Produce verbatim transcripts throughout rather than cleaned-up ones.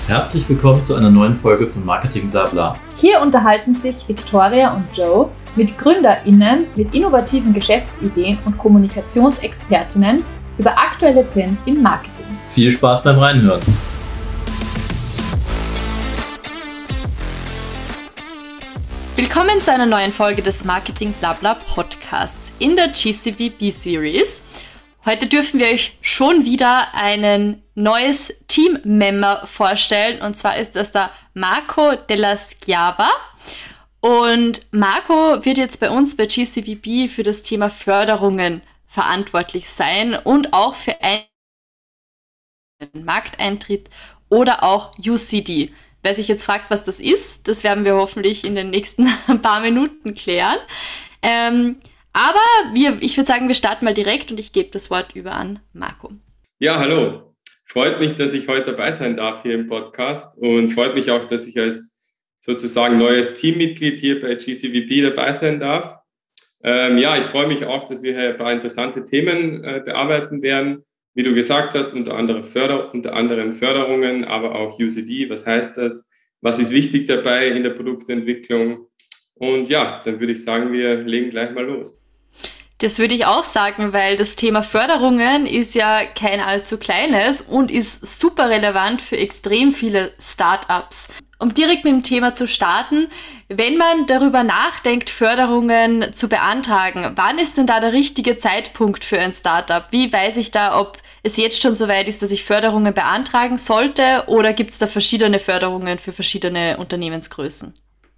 Herzlich willkommen zu einer neuen Folge von Marketing Blabla. Hier unterhalten sich Victoria und Joe mit GründerInnen mit innovativen Geschäftsideen und Kommunikationsexpertinnen über aktuelle Trends im Marketing. Viel Spaß beim Reinhören. Willkommen zu einer neuen Folge des Marketing Blabla Podcasts in der G C V B Series. Heute dürfen wir euch schon wieder ein neues Teammember vorstellen, und zwar ist das der Marco Della Schiava. Und Marco wird jetzt bei uns bei G C V B für das Thema Förderungen verantwortlich sein und auch für einen Markteintritt oder auch U C D. Wer sich jetzt fragt, was das ist, das werden wir hoffentlich in den nächsten paar Minuten klären. Ähm, aber wir, ich würde sagen, wir starten mal direkt und ich gebe das Wort über an Marco. Ja, hallo. Freut mich, dass ich heute dabei sein darf hier im Podcast und freut mich auch, dass ich als sozusagen neues Teammitglied hier bei G C V B dabei sein darf. Ähm, ja, ich freue mich auch, dass wir hier ein paar interessante Themen äh, bearbeiten werden. Wie du gesagt hast, unter anderem, Förder, unter anderem Förderungen, aber auch U C D. Was heißt das? Was ist wichtig dabei in der Produktentwicklung? Und ja, dann würde ich sagen, wir legen gleich mal los. Das würde ich auch sagen, weil das Thema Förderungen ist ja kein allzu kleines und ist super relevant für extrem viele Startups. Um direkt mit dem Thema zu starten, wenn man darüber nachdenkt, Förderungen zu beantragen, wann ist denn da der richtige Zeitpunkt für ein Startup? Wie weiß ich da, ob es jetzt schon so weit ist, dass ich Förderungen beantragen sollte, oder gibt es da verschiedene Förderungen für verschiedene Unternehmensgrößen?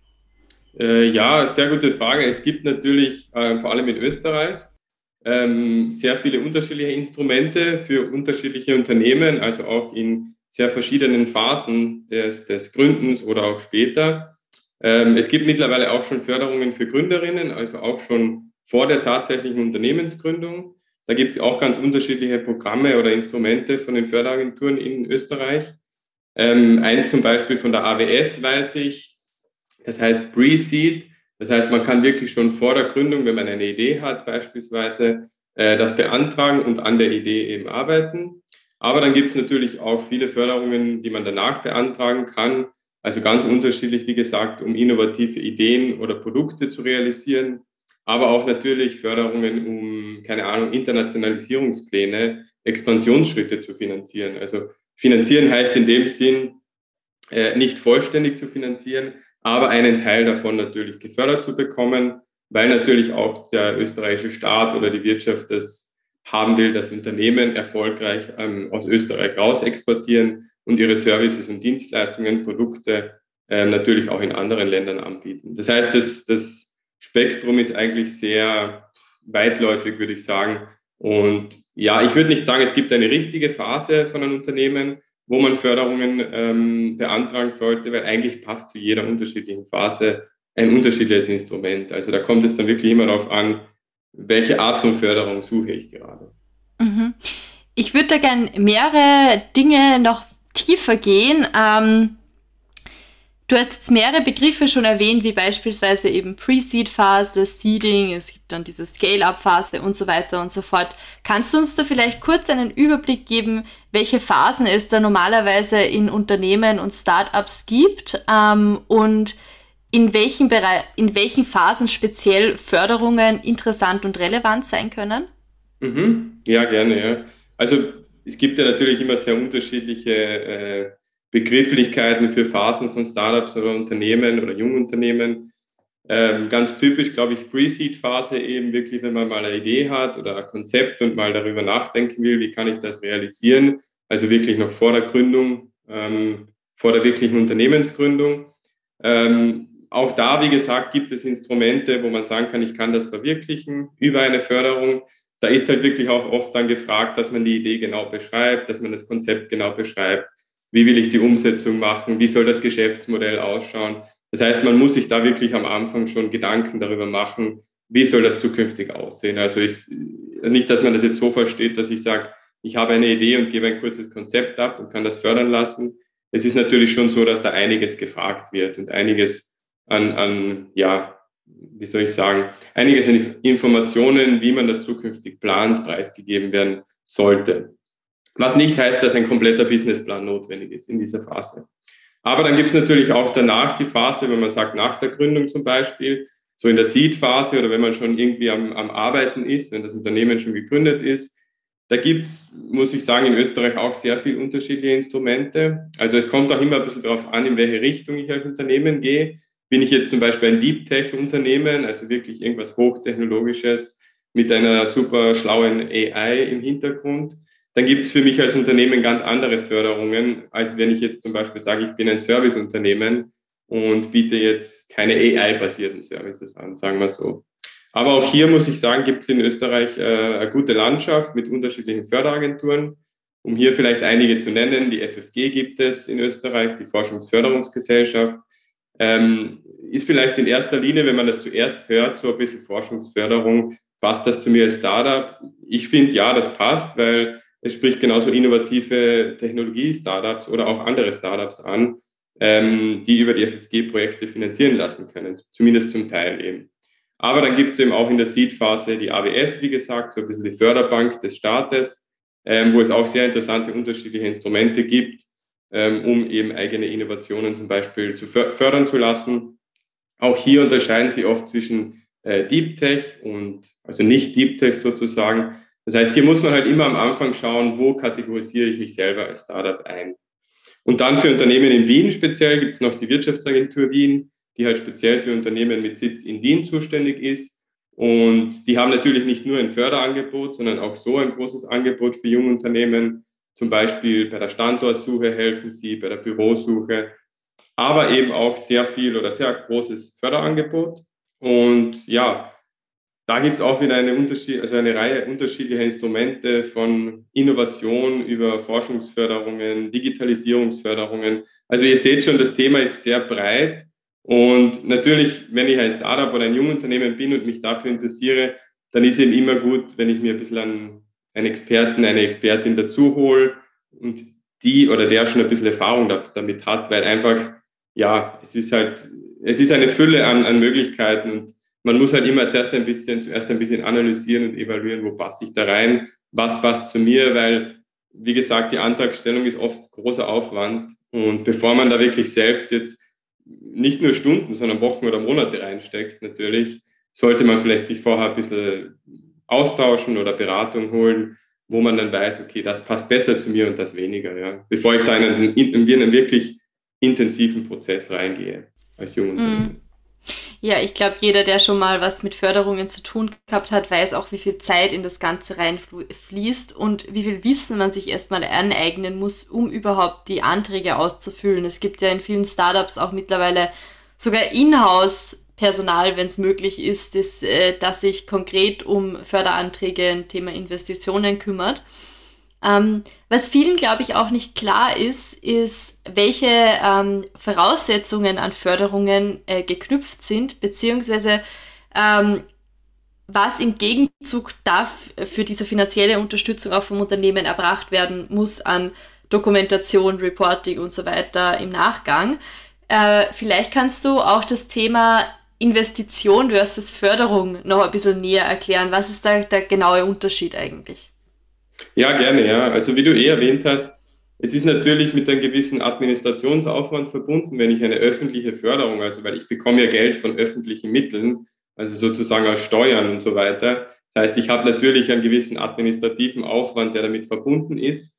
Äh, ja, sehr gute Frage. Es gibt natürlich, äh, vor allem in Österreich, ähm, sehr viele unterschiedliche Instrumente für unterschiedliche Unternehmen, also auch in sehr verschiedenen Phasen des, des Gründens oder auch später. Ähm, es gibt mittlerweile auch schon Förderungen für Gründerinnen, also auch schon vor der tatsächlichen Unternehmensgründung. Da gibt es auch ganz unterschiedliche Programme oder Instrumente von den Förderagenturen in Österreich. Ähm, eins zum Beispiel von der A W S weiß ich, das heißt Pre-Seed. Das heißt, man kann wirklich schon vor der Gründung, wenn man eine Idee hat beispielsweise, äh, das beantragen und an der Idee eben arbeiten. Aber dann gibt es natürlich auch viele Förderungen, die man danach beantragen kann. Also ganz unterschiedlich, wie gesagt, um innovative Ideen oder Produkte zu realisieren. Aber auch natürlich Förderungen, um, keine Ahnung, Internationalisierungspläne, Expansionsschritte zu finanzieren. Also finanzieren heißt in dem Sinn, äh, nicht vollständig zu finanzieren, aber einen Teil davon natürlich gefördert zu bekommen, weil natürlich auch der österreichische Staat oder die Wirtschaft das haben will, dass Unternehmen erfolgreich ähm, aus Österreich raus exportieren und ihre Services und Dienstleistungen, Produkte äh, natürlich auch in anderen Ländern anbieten. Das heißt, das, das Spektrum ist eigentlich sehr weitläufig, würde ich sagen. Und ja, ich würde nicht sagen, es gibt eine richtige Phase von einem Unternehmen, wo man Förderungen ähm, beantragen sollte, weil eigentlich passt zu jeder unterschiedlichen Phase ein unterschiedliches Instrument. Also da kommt es dann wirklich immer darauf an, welche Art von Förderung suche ich gerade. Mhm. Ich würde da gerne mehrere Dinge noch tiefer gehen. Ähm, du hast jetzt mehrere Begriffe schon erwähnt, wie beispielsweise eben Pre-Seed-Phase, Seeding, es gibt dann diese Scale-Up-Phase und so weiter und so fort. Kannst du uns da vielleicht kurz einen Überblick geben, welche Phasen es da normalerweise in Unternehmen und Startups gibt ähm, und in welchen Bereich, in welchen Phasen speziell Förderungen interessant und relevant sein können? Mhm. Ja, gerne, ja. Also es gibt ja natürlich immer sehr unterschiedliche äh, Begrifflichkeiten für Phasen von Startups oder Unternehmen oder Jungunternehmen. Ähm, ganz typisch, glaube ich, Pre-Seed-Phase eben wirklich, wenn man mal eine Idee hat oder ein Konzept und mal darüber nachdenken will, wie kann ich das realisieren? Also wirklich noch vor der Gründung, ähm, vor der wirklichen Unternehmensgründung. Ähm, auch da, wie gesagt, gibt es Instrumente, wo man sagen kann, ich kann das verwirklichen über eine Förderung. Da ist halt wirklich auch oft dann gefragt, dass man die Idee genau beschreibt, dass man das Konzept genau beschreibt. Wie will ich die Umsetzung machen? Wie soll das Geschäftsmodell ausschauen? Das heißt, man muss sich da wirklich am Anfang schon Gedanken darüber machen, wie soll das zukünftig aussehen? Also ist nicht, dass man das jetzt so versteht, dass ich sage, ich habe eine Idee und gebe ein kurzes Konzept ab und kann das fördern lassen. Es ist natürlich schon so, dass da einiges gefragt wird und einiges an, an ja, wie soll ich sagen, einiges an Informationen, wie man das zukünftig plant, preisgegeben werden sollte. Was nicht heißt, dass ein kompletter Businessplan notwendig ist in dieser Phase. Aber dann gibt es natürlich auch danach die Phase, wenn man sagt, nach der Gründung zum Beispiel, so in der Seed-Phase oder wenn man schon irgendwie am, am Arbeiten ist, wenn das Unternehmen schon gegründet ist. Da gibt es, muss ich sagen, in Österreich auch sehr viele unterschiedliche Instrumente. Also es kommt auch immer ein bisschen darauf an, in welche Richtung ich als Unternehmen gehe. Bin ich jetzt zum Beispiel ein Deep Tech-Unternehmen, also wirklich irgendwas Hochtechnologisches mit einer super schlauen A I im Hintergrund, dann gibt es für mich als Unternehmen ganz andere Förderungen, als wenn ich jetzt zum Beispiel sage, ich bin ein Serviceunternehmen und biete jetzt keine A I-basierten Services an, sagen wir so. Aber auch hier muss ich sagen, gibt es in Österreich äh, eine gute Landschaft mit unterschiedlichen Förderagenturen. Um hier vielleicht einige zu nennen, die F F G gibt es in Österreich, die Forschungsförderungsgesellschaft. Ähm, ist vielleicht in erster Linie, wenn man das zuerst hört, so ein bisschen Forschungsförderung, passt das zu mir als Startup? Ich finde, ja, das passt, weil es spricht genauso innovative Technologie-Startups oder auch andere Startups an, ähm, die über die F F G-Projekte finanzieren lassen können, zumindest zum Teil eben. Aber dann gibt es eben auch in der Seed-Phase die A W S, wie gesagt, so ein bisschen die Förderbank des Staates, ähm, wo es auch sehr interessante unterschiedliche Instrumente gibt, ähm, um eben eigene Innovationen zum Beispiel zu fördern zu lassen. Auch hier unterscheiden sie oft zwischen äh, Deep Tech und, also nicht Deep Tech sozusagen. Das heißt, hier muss man halt immer am Anfang schauen, wo kategorisiere ich mich selber als Startup ein. Und dann für Unternehmen in Wien speziell gibt es noch die Wirtschaftsagentur Wien, die halt speziell für Unternehmen mit Sitz in Wien zuständig ist. Und die haben natürlich nicht nur ein Förderangebot, sondern auch so ein großes Angebot für junge Unternehmen. Zum Beispiel bei der Standortsuche helfen sie, bei der Bürosuche, aber eben auch sehr viel oder sehr großes Förderangebot. Und ja, da gibt es auch wieder eine, Unterschied, also eine Reihe unterschiedlicher Instrumente von Innovation über Forschungsförderungen, Digitalisierungsförderungen. Also ihr seht schon, das Thema ist sehr breit. Und natürlich, wenn ich ein Startup oder ein Jungunternehmen bin und mich dafür interessiere, dann ist eben immer gut, wenn ich mir ein bisschen einen, einen Experten, eine Expertin dazu hole und die oder der schon ein bisschen Erfahrung damit hat, weil einfach, ja, es ist halt, es ist eine Fülle an, an Möglichkeiten und man muss halt immer zuerst ein bisschen, zuerst ein bisschen analysieren und evaluieren, wo passe ich da rein, was passt zu mir, weil, wie gesagt, die Antragstellung ist oft großer Aufwand und bevor man da wirklich selbst jetzt nicht nur Stunden, sondern Wochen oder Monate reinsteckt, natürlich, sollte man vielleicht sich vorher ein bisschen austauschen oder Beratung holen, wo man dann weiß, okay, das passt besser zu mir und das weniger, ja, bevor ich da in einen, in einen wirklich intensiven Prozess reingehe als Jungunternehmer. Mm. Ja, ich glaube, jeder, der schon mal was mit Förderungen zu tun gehabt hat, weiß auch, wie viel Zeit in das Ganze reinfließt und wie viel Wissen man sich erstmal aneignen muss, um überhaupt die Anträge auszufüllen. Es gibt ja in vielen Startups auch mittlerweile sogar Inhouse-Personal, wenn es möglich ist, das, äh, das sich konkret um Förderanträge und Thema Investitionen kümmert. Ähm, was vielen, glaube ich, auch nicht klar ist, ist, welche ähm, Voraussetzungen an Förderungen äh, geknüpft sind, beziehungsweise ähm, was im Gegenzug darf für diese finanzielle Unterstützung auch vom Unternehmen erbracht werden muss an Dokumentation, Reporting und so weiter im Nachgang. Äh, vielleicht kannst du auch das Thema Investition versus Förderung noch ein bisschen näher erklären. Was ist da der genaue Unterschied eigentlich? Ja, gerne, ja. Also wie du eh erwähnt hast, es ist natürlich mit einem gewissen Administrationsaufwand verbunden, wenn ich eine öffentliche Förderung, also weil ich bekomme ja Geld von öffentlichen Mitteln, also sozusagen aus Steuern und so weiter. Das heißt, ich habe natürlich einen gewissen administrativen Aufwand, der damit verbunden ist.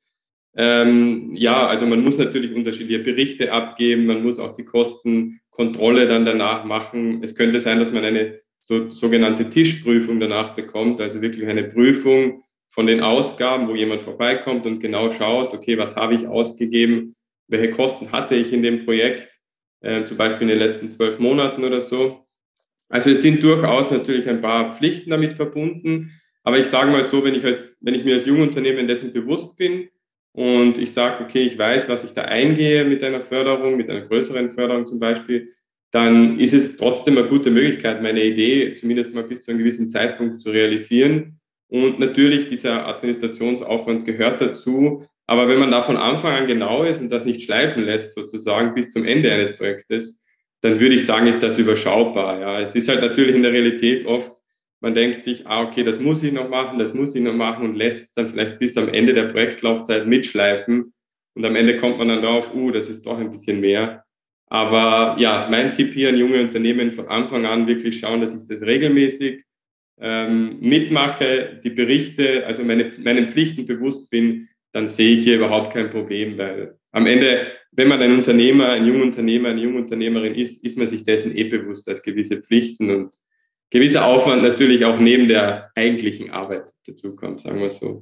Ähm, ja, also man muss natürlich unterschiedliche Berichte abgeben, man muss auch die Kostenkontrolle dann danach machen. Es könnte sein, dass man eine so, sogenannte Tischprüfung danach bekommt, also wirklich eine Prüfung von den Ausgaben, wo jemand vorbeikommt und genau schaut, okay, was habe ich ausgegeben, welche Kosten hatte ich in dem Projekt, äh, zum Beispiel in den letzten zwölf Monaten oder so. Also es sind durchaus natürlich ein paar Pflichten damit verbunden, aber ich sage mal so, wenn ich, als, wenn ich mir als Jungunternehmen dessen bewusst bin und ich sage, okay, ich weiß, was ich da eingehe mit einer Förderung, mit einer größeren Förderung zum Beispiel, dann ist es trotzdem eine gute Möglichkeit, meine Idee zumindest mal bis zu einem gewissen Zeitpunkt zu realisieren. Und natürlich, dieser Administrationsaufwand gehört dazu. Aber wenn man da von Anfang an genau ist und das nicht schleifen lässt, sozusagen bis zum Ende eines Projektes, dann würde ich sagen, ist das überschaubar. Ja, es ist halt natürlich in der Realität oft Man denkt sich, ah, okay, das muss ich noch machen, das muss ich noch machen und lässt dann vielleicht bis am Ende der Projektlaufzeit mitschleifen. Und am Ende kommt man dann drauf, uh, das ist doch ein bisschen mehr. Aber ja, mein Tipp hier an junge Unternehmen von Anfang an wirklich schauen, dass ich das regelmäßig ähm, mitmache, die Berichte, also meine, meinen Pflichten bewusst bin, dann sehe ich hier überhaupt kein Problem, weil am Ende, wenn man ein Unternehmer, ein junger Unternehmer, eine junge Unternehmerin ist, ist man sich dessen eh bewusst, dass gewisse Pflichten und gewisser Aufwand natürlich auch neben der eigentlichen Arbeit dazukommt, sagen wir so.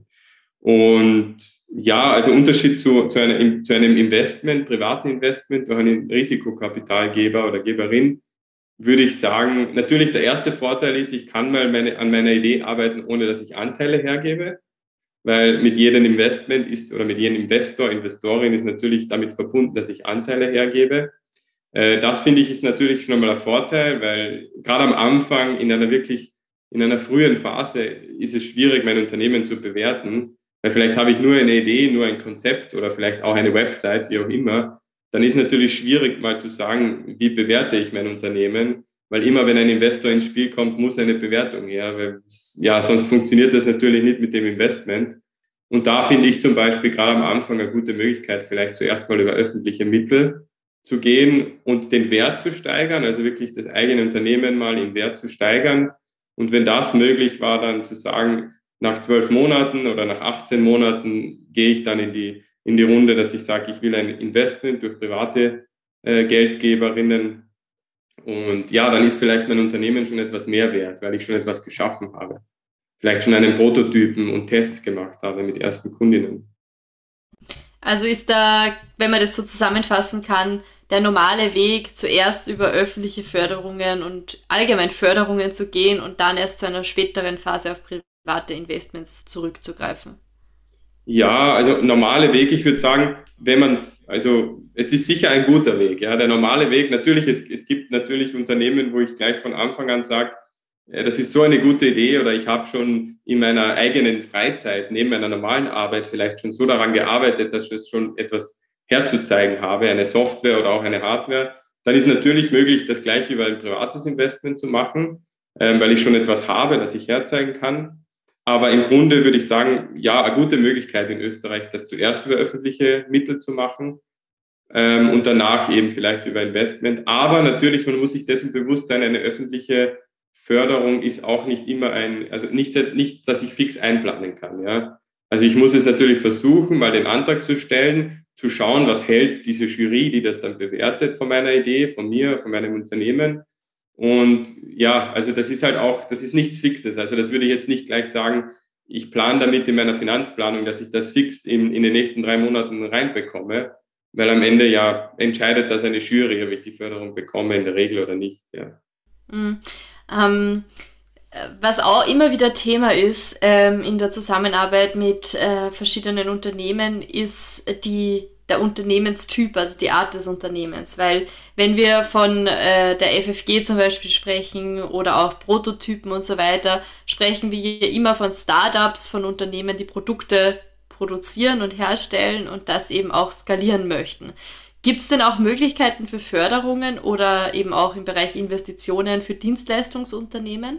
Und ja, also Unterschied zu, zu, einer, zu einem Investment, privaten Investment durch einen Risikokapitalgeber oder Geberin, würde ich sagen, natürlich der erste Vorteil ist, ich kann mal meine, an meiner Idee arbeiten, ohne dass ich Anteile hergebe, weil mit jedem Investment ist oder mit jedem Investor, Investorin ist natürlich damit verbunden, dass ich Anteile hergebe. Das finde ich ist natürlich schon einmal ein Vorteil, weil gerade am Anfang in einer wirklich, in einer frühen Phase ist es schwierig, mein Unternehmen zu bewerten, weil vielleicht habe ich nur eine Idee, nur ein Konzept oder vielleicht auch eine Website, wie auch immer. Dann ist natürlich schwierig mal zu sagen, wie bewerte ich mein Unternehmen, weil immer wenn ein Investor ins Spiel kommt, muss eine Bewertung her, weil ja, sonst funktioniert das natürlich nicht mit dem Investment. Und da finde ich zum Beispiel gerade am Anfang eine gute Möglichkeit, vielleicht zuerst mal über öffentliche Mittel zu gehen und den Wert zu steigern, also wirklich das eigene Unternehmen mal im Wert zu steigern. Und wenn das möglich war, dann zu sagen, nach zwölf Monaten oder nach achtzehn Monaten gehe ich dann in die, in die Runde, dass ich sage, ich will ein Investment durch private äh, Geldgeberinnen. Und ja, dann ist vielleicht mein Unternehmen schon etwas mehr wert, weil ich schon etwas geschaffen habe. Vielleicht schon einen Prototypen und Tests gemacht habe mit ersten Kundinnen. Also ist da, wenn man das so zusammenfassen kann, der normale Weg, zuerst über öffentliche Förderungen und allgemein Förderungen zu gehen und dann erst zu einer späteren Phase auf private Investments zurückzugreifen? Ja, also normale Weg, ich würde sagen, wenn man es, also es ist sicher ein guter Weg. Ja, der normale Weg, natürlich, es, es gibt natürlich Unternehmen, wo ich gleich von Anfang an sage, ja, das ist so eine gute Idee oder ich habe schon in meiner eigenen Freizeit, neben meiner normalen Arbeit vielleicht schon so daran gearbeitet, dass ich schon etwas herzuzeigen habe, eine Software oder auch eine Hardware, dann ist natürlich möglich, das gleich über ein privates Investment zu machen, ähm, weil ich schon etwas habe, das ich herzeigen kann. Aber im Grunde würde ich sagen, ja, eine gute Möglichkeit in Österreich, das zuerst über öffentliche Mittel zu machen ähm, und danach eben vielleicht über Investment. Aber natürlich, man muss sich dessen bewusst sein, eine öffentliche Förderung ist auch nicht immer ein, also nichts, nicht, dass ich fix einplanen kann. Ja. Also ich muss es natürlich versuchen, mal den Antrag zu stellen, zu schauen, was hält diese Jury, die das dann bewertet von meiner Idee, von mir, von meinem Unternehmen. Und ja, also das ist halt auch, das ist nichts Fixes. Also das würde ich jetzt nicht gleich sagen, ich plane damit in meiner Finanzplanung, dass ich das fix in, in den nächsten drei Monaten reinbekomme, weil am Ende ja entscheidet das eine Jury, ob ich die Förderung bekomme in der Regel oder nicht. Ja. Mhm. Ähm, was auch immer wieder Thema ist ähm, in der Zusammenarbeit mit äh, verschiedenen Unternehmen, ist die, der Unternehmenstyp, also die Art des Unternehmens. Weil wenn wir von äh, der F F G zum Beispiel sprechen oder auch Prototypen und so weiter, sprechen wir immer von Startups, von Unternehmen, die Produkte produzieren und herstellen und das eben auch skalieren möchten. Gibt es denn auch Möglichkeiten für Förderungen oder eben auch im Bereich Investitionen für Dienstleistungsunternehmen?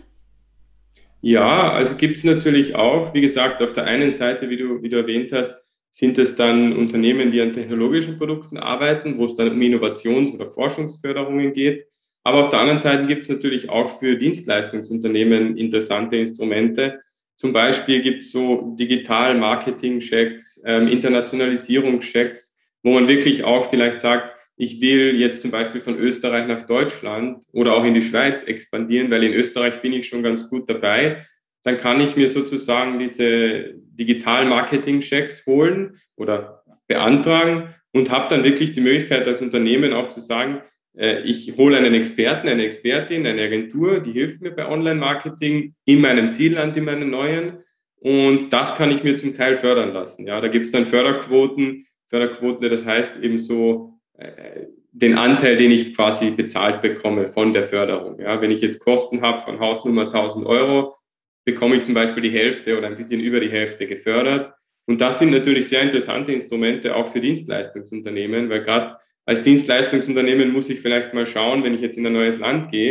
Ja, also gibt es natürlich auch. Wie gesagt, auf der einen Seite, wie du, wie du erwähnt hast, sind es dann Unternehmen, die an technologischen Produkten arbeiten, wo es dann um Innovations- oder Forschungsförderungen geht. Aber auf der anderen Seite gibt es natürlich auch für Dienstleistungsunternehmen interessante Instrumente. Zum Beispiel gibt es so Digital-Marketing-Checks, ähm, Internationalisierungschecks, wo man wirklich auch vielleicht sagt, ich will jetzt zum Beispiel von Österreich nach Deutschland oder auch in die Schweiz expandieren, weil in Österreich bin ich schon ganz gut dabei. Dann kann ich mir sozusagen diese Digital-Marketing-Checks holen oder beantragen und habe dann wirklich die Möglichkeit als Unternehmen auch zu sagen, äh, ich hole einen Experten, eine Expertin, eine Agentur, die hilft mir bei Online-Marketing in meinem Zielland, in meinem neuen. Und das kann ich mir zum Teil fördern lassen. Ja, da gibt es dann Förderquoten, Förderquote, das heißt eben so äh, den Anteil, den ich quasi bezahlt bekomme von der Förderung. Ja, wenn ich jetzt Kosten habe von Hausnummer tausend Euro, bekomme ich zum Beispiel die Hälfte oder ein bisschen über die Hälfte gefördert. Und das sind natürlich sehr interessante Instrumente auch für Dienstleistungsunternehmen, weil gerade als Dienstleistungsunternehmen muss ich vielleicht mal schauen, wenn ich jetzt in ein neues Land gehe,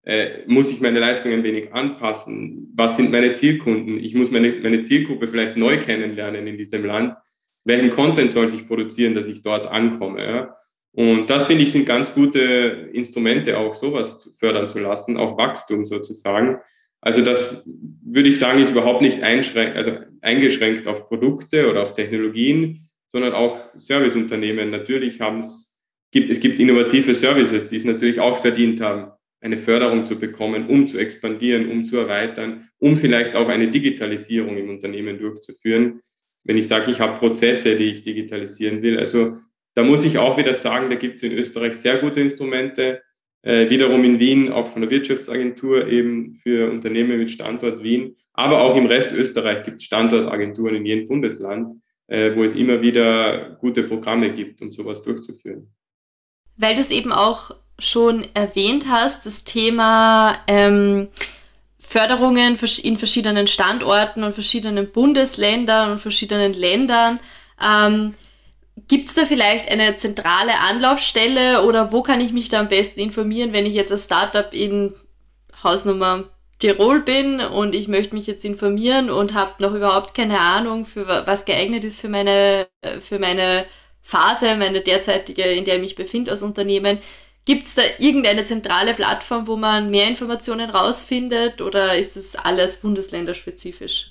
Äh, muss ich meine Leistung ein wenig anpassen? Was sind meine Zielkunden? Ich muss meine, meine Zielgruppe vielleicht neu kennenlernen in diesem Land. Welchen Content sollte ich produzieren, dass ich dort ankomme? Ja? Und das, finde ich, sind ganz gute Instrumente, auch sowas zu fördern zu lassen, auch Wachstum sozusagen. Also das würde ich sagen, ist überhaupt nicht einschränkt, also eingeschränkt auf Produkte oder auf Technologien, sondern auch Serviceunternehmen. Natürlich haben es, gibt, es gibt innovative Services, die es natürlich auch verdient haben, eine Förderung zu bekommen, um zu expandieren, um zu erweitern, um vielleicht auch eine Digitalisierung im Unternehmen durchzuführen. Wenn ich sage, ich habe Prozesse, die ich digitalisieren will. Also da muss ich auch wieder sagen, da gibt es in Österreich sehr gute Instrumente. Äh, wiederum in Wien, auch von der Wirtschaftsagentur eben für Unternehmen mit Standort Wien. Aber auch im Rest Österreich gibt es Standortagenturen in jedem Bundesland, äh, wo es immer wieder gute Programme gibt, um sowas durchzuführen. Weil du es eben auch schon erwähnt hast, das Thema ähm, Förderungen in verschiedenen Standorten und verschiedenen Bundesländern und verschiedenen Ländern. Ähm, Gibt es da vielleicht eine zentrale Anlaufstelle oder wo kann ich mich da am besten informieren, wenn ich jetzt als Startup in Hausnummer Tirol bin und ich möchte mich jetzt informieren und habe noch überhaupt keine Ahnung, für was geeignet ist für meine, für meine Phase, meine derzeitige, in der ich mich befinde als Unternehmen. Gibt es da irgendeine zentrale Plattform, wo man mehr Informationen rausfindet oder ist es alles bundesländerspezifisch?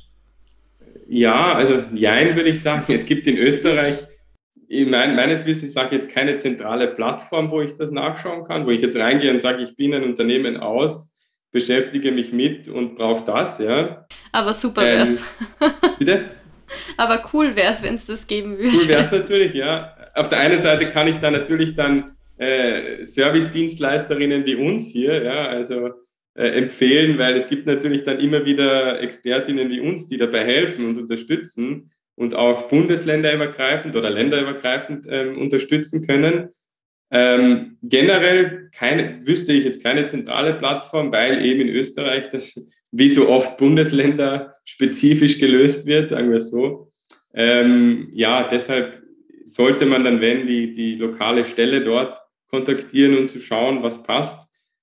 Ja, also jein würde ich sagen. Es gibt in Österreich mein, meines Wissens nach jetzt keine zentrale Plattform, wo ich das nachschauen kann, wo ich jetzt reingehe und sage, ich bin ein Unternehmen aus, beschäftige mich mit und brauche das. Ja. Aber super wär's. Ähm, bitte? Aber cool wär's, wenn es das geben würde. Cool wär's natürlich, ja. Auf der einen Seite kann ich da natürlich dann äh, Service-Dienstleisterinnen wie uns hier, ja, also äh, empfehlen, weil es gibt natürlich dann immer wieder Expertinnen wie uns, die dabei helfen und unterstützen und auch bundesländerübergreifend oder länderübergreifend ähm, unterstützen können. Ähm, generell keine, wüsste ich jetzt keine zentrale Plattform, weil eben in Österreich das wie so oft bundesländerspezifisch gelöst wird, sagen wir so. Ähm, ja, deshalb sollte man dann, wenn, die, die lokale Stelle dort kontaktieren und zu schauen, was passt.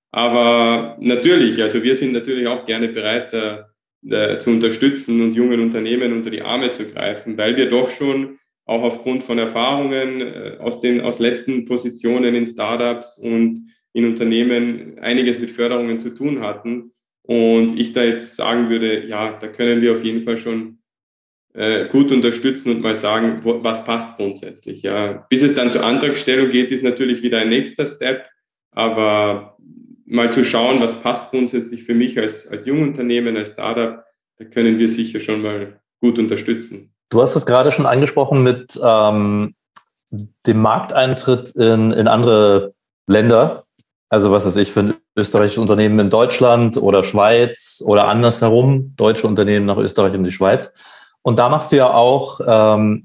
Aber natürlich, also wir sind natürlich auch gerne bereit, da, da zu unterstützen und jungen Unternehmen unter die Arme zu greifen, weil wir doch schon auch aufgrund von Erfahrungen äh, aus den aus letzten Positionen in Startups und in Unternehmen einiges mit Förderungen zu tun hatten. Und ich da jetzt sagen würde, ja, da können wir auf jeden Fall schon äh, gut unterstützen und mal sagen, wo, was passt grundsätzlich. Ja. Bis es dann zur Antragstellung geht, ist natürlich wieder ein nächster Step, aber mal zu schauen, was passt grundsätzlich für mich als, als Jungunternehmen, als Startup, da können wir sicher schon mal gut unterstützen. Du hast es gerade schon angesprochen mit ähm, dem Markteintritt in, in andere Länder. Also was weiß ich, für ein österreichisches Unternehmen in Deutschland oder Schweiz oder andersherum, deutsche Unternehmen nach Österreich und die Schweiz. Und da machst du ja auch ähm,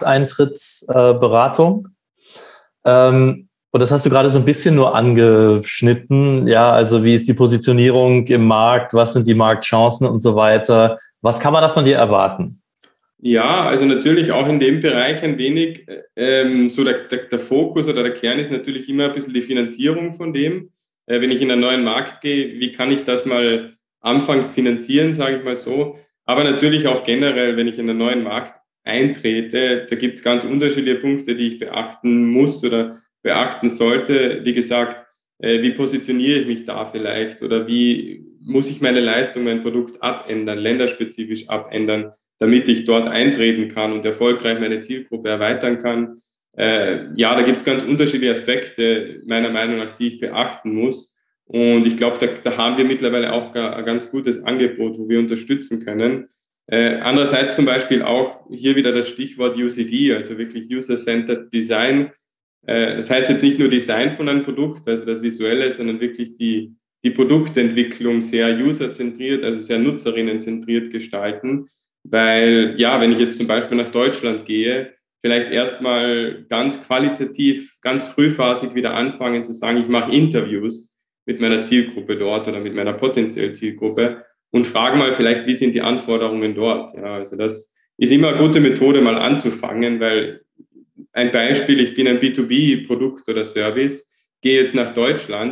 Markteintrittsberatung. Äh, ähm, und das hast du gerade so ein bisschen nur angeschnitten. Ja, also wie ist die Positionierung im Markt? Was sind die Marktchancen und so weiter? Was kann man da von dir erwarten? Ja, also natürlich auch in dem Bereich ein wenig, ähm, so der, der, der Fokus oder der Kern ist natürlich immer ein bisschen die Finanzierung von dem. Äh, wenn ich in einen neuen Markt gehe, wie kann ich das mal anfangs finanzieren, sage ich mal so. Aber natürlich auch generell, wenn ich in einen neuen Markt eintrete, da gibt es ganz unterschiedliche Punkte, die ich beachten muss oder beachten sollte. Wie gesagt, äh, wie positioniere ich mich da vielleicht oder wie muss ich meine Leistung, mein Produkt abändern, länderspezifisch abändern, damit ich dort eintreten kann und erfolgreich meine Zielgruppe erweitern kann. Äh, ja, da gibt es ganz unterschiedliche Aspekte, meiner Meinung nach, die ich beachten muss. Und ich glaube, da, da haben wir mittlerweile auch ein ganz gutes Angebot, wo wir unterstützen können. Äh, andererseits zum Beispiel auch hier wieder das Stichwort U C D, also wirklich User-Centered Design. Äh, das heißt jetzt nicht nur Design von einem Produkt, also das Visuelle, sondern wirklich die, die Produktentwicklung sehr userzentriert, also sehr nutzerinnenzentriert gestalten. Weil, ja, wenn ich jetzt zum Beispiel nach Deutschland gehe, vielleicht erstmal ganz qualitativ, ganz frühphasig wieder anfangen zu sagen, ich mache Interviews mit meiner Zielgruppe dort oder mit meiner potenziellen Zielgruppe und frage mal vielleicht, wie sind die Anforderungen dort. Ja, also das ist immer eine gute Methode, mal anzufangen, weil ein Beispiel, ich bin ein B zwei B-Produkt oder Service, gehe jetzt nach Deutschland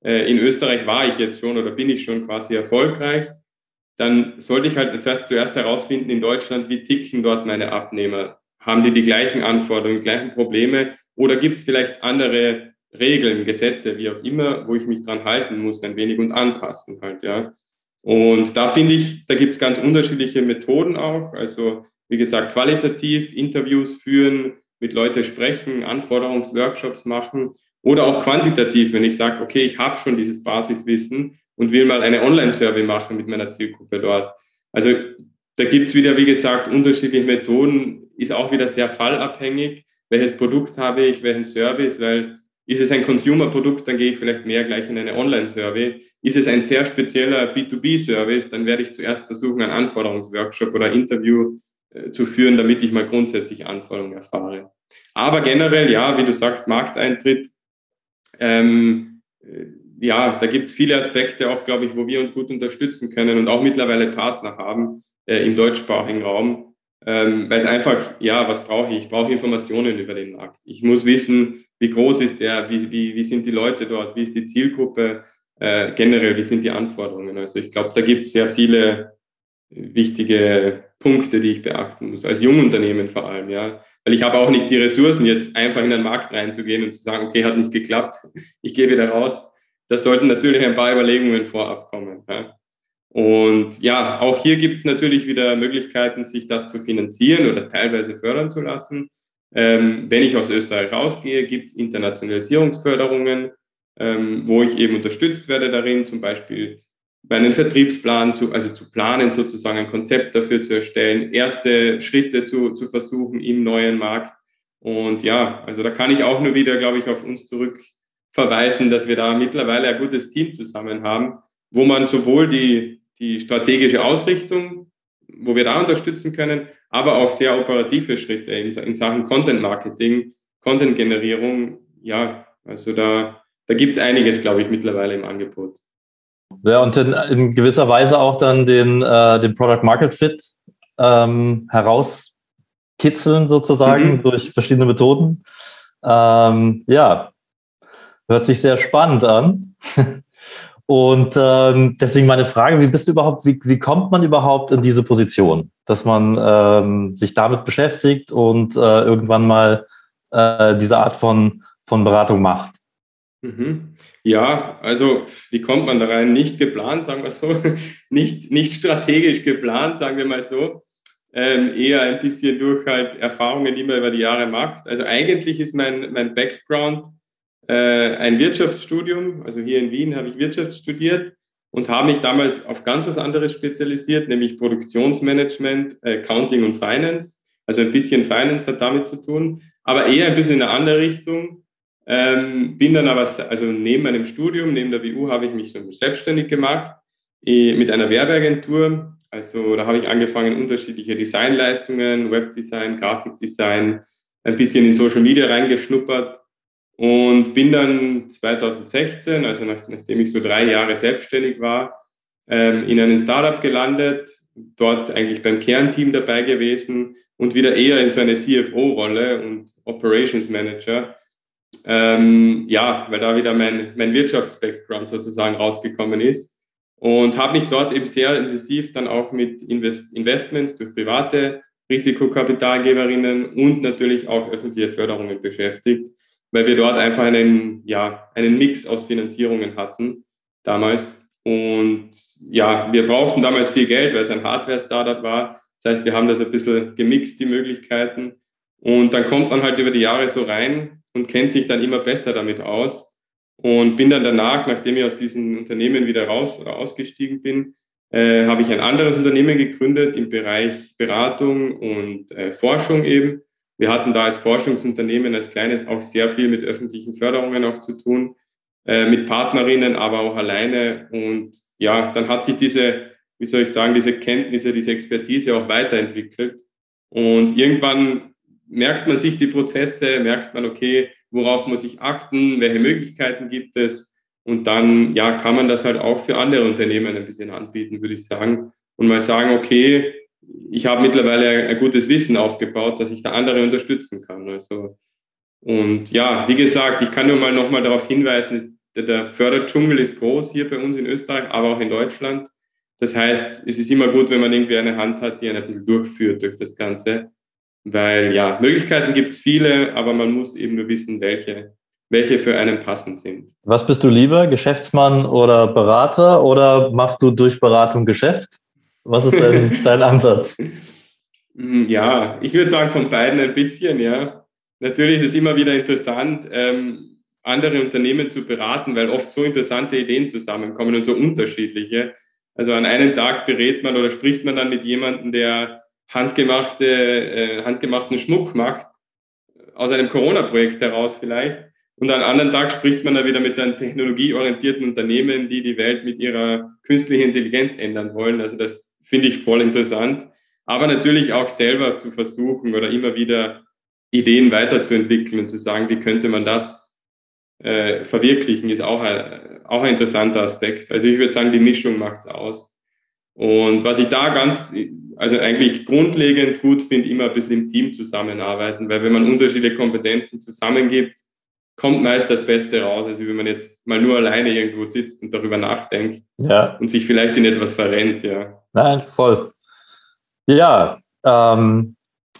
äh, in Österreich war ich jetzt schon oder bin ich schon quasi erfolgreich, dann sollte ich halt zuerst, zuerst herausfinden in Deutschland, wie ticken dort meine Abnehmer? Haben die die gleichen Anforderungen, die gleichen Probleme oder gibt es vielleicht andere Regeln, Gesetze, wie auch immer, wo ich mich dran halten muss ein wenig und anpassen halt, ja. Und da finde ich, da gibt es ganz unterschiedliche Methoden auch, also wie gesagt, qualitativ Interviews führen, mit Leuten sprechen, Anforderungsworkshops machen oder auch quantitativ, wenn ich sage, okay, ich habe schon dieses Basiswissen und will mal eine Online-Survey machen mit meiner Zielgruppe dort. Also da gibt es wieder, wie gesagt, unterschiedliche Methoden, ist auch wieder sehr fallabhängig. Welches Produkt habe ich, welchen Service, weil ist es ein Consumer-Produkt, dann gehe ich vielleicht mehr gleich in eine Online-Survey. Ist es ein sehr spezieller B zwei B-Service, dann werde ich zuerst versuchen, einen Anforderungsworkshop oder Interview äh, zu führen, damit ich mal grundsätzlich Anforderungen erfahre. Aber generell, ja, wie du sagst, Markteintritt, ähm, ja, da gibt es viele Aspekte auch, glaube ich, wo wir uns gut unterstützen können und auch mittlerweile Partner haben äh, im deutschsprachigen Raum, ähm, weil es einfach, ja, was brauche ich? Ich brauche Informationen über den Markt. Ich muss wissen, wie groß ist der, wie, wie, wie sind die Leute dort, wie ist die Zielgruppe, äh, generell, wie sind die Anforderungen. Also ich glaube, da gibt es sehr viele wichtige Punkte, die ich beachten muss, als Jungunternehmen vor allem, ja. Weil ich habe auch nicht die Ressourcen, jetzt einfach in den Markt reinzugehen und zu sagen, okay, hat nicht geklappt, ich gehe wieder raus. Da sollten natürlich ein paar Überlegungen vorab kommen. Ja. Und ja, auch hier gibt es natürlich wieder Möglichkeiten, sich das zu finanzieren oder teilweise fördern zu lassen. Ähm, wenn ich aus Österreich rausgehe, gibt es Internationalisierungsförderungen, ähm, wo ich eben unterstützt werde darin, zum Beispiel meinen Vertriebsplan zu, also zu planen, sozusagen ein Konzept dafür zu erstellen, erste Schritte zu, zu versuchen im neuen Markt. Und ja, also da kann ich auch nur wieder, glaube ich, auf uns zurückverweisen, dass wir da mittlerweile ein gutes Team zusammen haben, wo man sowohl die, die strategische Ausrichtung, wo wir da unterstützen können, aber auch sehr operative Schritte in, in Sachen Content Marketing, Content Generierung. Ja, also da, da gibt es einiges, glaube ich, mittlerweile im Angebot. Ja, und in, in gewisser Weise auch dann den, äh, den Product Market Fit ähm, herauskitzeln sozusagen mhm. durch verschiedene Methoden. Ähm, ja, hört sich sehr spannend an. Und ähm, deswegen meine Frage, wie bist du überhaupt, wie, wie kommt man überhaupt in diese Position, dass man ähm, sich damit beschäftigt und äh, irgendwann mal äh, diese Art von, von Beratung macht? Mhm. Ja, also wie kommt man da rein? Nicht geplant, sagen wir so, nicht, nicht strategisch geplant, sagen wir mal so, ähm, eher ein bisschen durch halt Erfahrungen, die man über die Jahre macht. Also eigentlich ist mein, mein Background äh, ein Wirtschaftsstudium, also hier in Wien habe ich Wirtschaft studiert und habe mich damals auf ganz was anderes spezialisiert, nämlich Produktionsmanagement, Accounting und Finance. Also ein bisschen Finance hat damit zu tun, aber eher ein bisschen in eine andere Richtung. Ähm, bin dann aber, also neben meinem Studium, neben der W U, habe ich mich schon selbstständig gemacht eh, mit einer Werbeagentur. Also da habe ich angefangen, unterschiedliche Designleistungen, Webdesign, Grafikdesign, ein bisschen in Social Media reingeschnuppert und bin dann zwanzig sechzehn, also nach, nachdem ich so drei Jahre selbstständig war, ähm, in einem Startup gelandet, dort eigentlich beim Kernteam dabei gewesen und wieder eher in so eine C F O-Rolle und Operations Manager. Ähm, ja, weil da wieder mein, mein Wirtschafts-Background sozusagen rausgekommen ist und habe mich dort eben sehr intensiv dann auch mit Invest Investments durch private Risikokapitalgeberinnen und natürlich auch öffentliche Förderungen beschäftigt, weil wir dort einfach einen, ja, einen Mix aus Finanzierungen hatten damals und ja, wir brauchten damals viel Geld, weil es ein Hardware-Startup war, das heißt, wir haben das ein bisschen gemixt, die Möglichkeiten und dann kommt man halt über die Jahre so rein und kennt sich dann immer besser damit aus und bin dann danach, nachdem ich aus diesen Unternehmen wieder raus oder ausgestiegen bin, äh, habe ich ein anderes Unternehmen gegründet im Bereich Beratung und äh, Forschung eben. Wir hatten da als Forschungsunternehmen, als kleines, auch sehr viel mit öffentlichen Förderungen auch zu tun, äh, mit Partnerinnen, aber auch alleine und ja, dann hat sich diese, wie soll ich sagen, diese Kenntnisse, diese Expertise auch weiterentwickelt und irgendwann merkt man sich die Prozesse, merkt man, okay, worauf muss ich achten, welche Möglichkeiten gibt es und dann ja, kann man das halt auch für andere Unternehmen ein bisschen anbieten, würde ich sagen und mal sagen, okay, ich habe mittlerweile ein gutes Wissen aufgebaut, dass ich da andere unterstützen kann. Also, und ja, wie gesagt, ich kann nur mal nochmal darauf hinweisen, der, der Förderdschungel ist groß hier bei uns in Österreich, aber auch in Deutschland. Das heißt, es ist immer gut, wenn man irgendwie eine Hand hat, die einen ein bisschen durchführt durch das Ganze. Weil ja, Möglichkeiten gibt es viele, aber man muss eben nur wissen, welche, welche für einen passend sind. Was bist du lieber, Geschäftsmann oder Berater, oder machst du durch Beratung Geschäft? Was ist denn dein Ansatz? Ja, ich würde sagen von beiden ein bisschen, ja. Natürlich ist es immer wieder interessant, ähm, andere Unternehmen zu beraten, weil oft so interessante Ideen zusammenkommen und so unterschiedliche. Also an einem Tag berät man oder spricht man dann mit jemandem, der handgemachte, äh, handgemachten Schmuck macht, aus einem Corona-Projekt heraus vielleicht. Und an einem anderen Tag spricht man dann wieder mit einem technologieorientierten Unternehmen, die die Welt mit ihrer künstlichen Intelligenz ändern wollen. Also das finde ich voll interessant. Aber natürlich auch selber zu versuchen oder immer wieder Ideen weiterzuentwickeln und zu sagen, wie könnte man das äh, verwirklichen, ist auch ein, auch ein interessanter Aspekt. Also ich würde sagen, die Mischung macht's aus. Und was ich da ganz, also eigentlich grundlegend gut finde, immer ein bisschen im Team zusammenarbeiten, weil wenn man unterschiedliche Kompetenzen zusammengibt, kommt meist das Beste raus, als wenn man jetzt mal nur alleine irgendwo sitzt und darüber nachdenkt, ja, und sich vielleicht in etwas verrennt, ja. Nein, voll. Ja, ähm,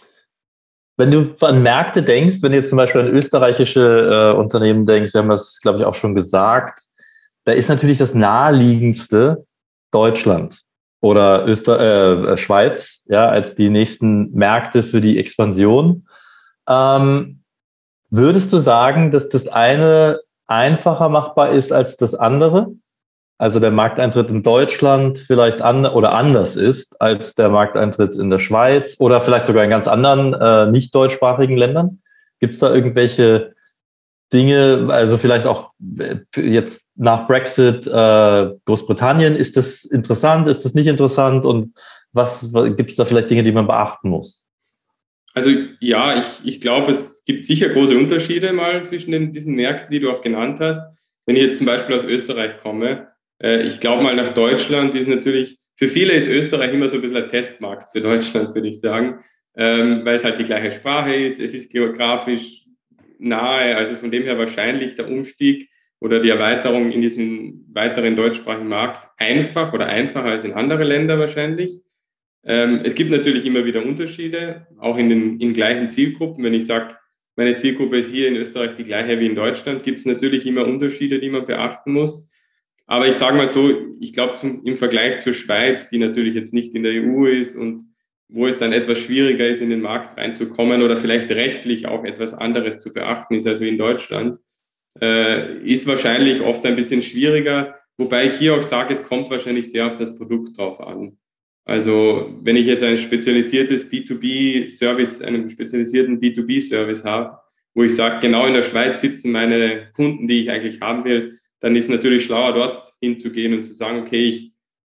wenn du an Märkte denkst, wenn du jetzt zum Beispiel an österreichische äh, Unternehmen denkst, wir haben das, glaube ich, auch schon gesagt, da ist natürlich das naheliegendste Deutschland oder Öster äh, Schweiz, ja, als die nächsten Märkte für die Expansion. Ähm, würdest du sagen, dass das eine einfacher machbar ist als das andere? Also der Markteintritt in Deutschland vielleicht an oder anders ist als der Markteintritt in der Schweiz oder vielleicht sogar in ganz anderen äh, nicht deutschsprachigen Ländern? Gibt es da irgendwelche Dinge, also vielleicht auch jetzt nach Brexit, äh, Großbritannien, ist das interessant, ist das nicht interessant und was, was gibt es da vielleicht Dinge, die man beachten muss? Also ja, ich, ich glaube, es gibt sicher große Unterschiede mal zwischen den, diesen Märkten, die du auch genannt hast. Wenn ich jetzt zum Beispiel aus Österreich komme, äh, ich glaube mal nach Deutschland ist natürlich, für viele ist Österreich immer so ein bisschen ein Testmarkt für Deutschland, würde ich sagen, ähm, weil es halt die gleiche Sprache ist, es ist geografisch nahe, also von dem her wahrscheinlich der Umstieg oder die Erweiterung in diesen weiteren deutschsprachigen Markt einfach oder einfacher als in andere Länder wahrscheinlich. Ähm, es gibt natürlich immer wieder Unterschiede, auch in den in gleichen Zielgruppen. Wenn ich sage, meine Zielgruppe ist hier in Österreich die gleiche wie in Deutschland, gibt es natürlich immer Unterschiede, die man beachten muss. Aber ich sage mal so, ich glaube im Vergleich zur Schweiz, die natürlich jetzt nicht in der E U ist und wo es dann etwas schwieriger ist, in den Markt reinzukommen oder vielleicht rechtlich auch etwas anderes zu beachten ist als wie in Deutschland, äh, ist wahrscheinlich oft ein bisschen schwieriger, wobei ich hier auch sage, es kommt wahrscheinlich sehr auf das Produkt drauf an. Also wenn ich jetzt ein spezialisiertes B zwei B-Service, einen spezialisierten B zwei B-Service habe, wo ich sage, genau in der Schweiz sitzen meine Kunden, die ich eigentlich haben will, dann ist es natürlich schlauer, dort hinzugehen und zu sagen, okay, ich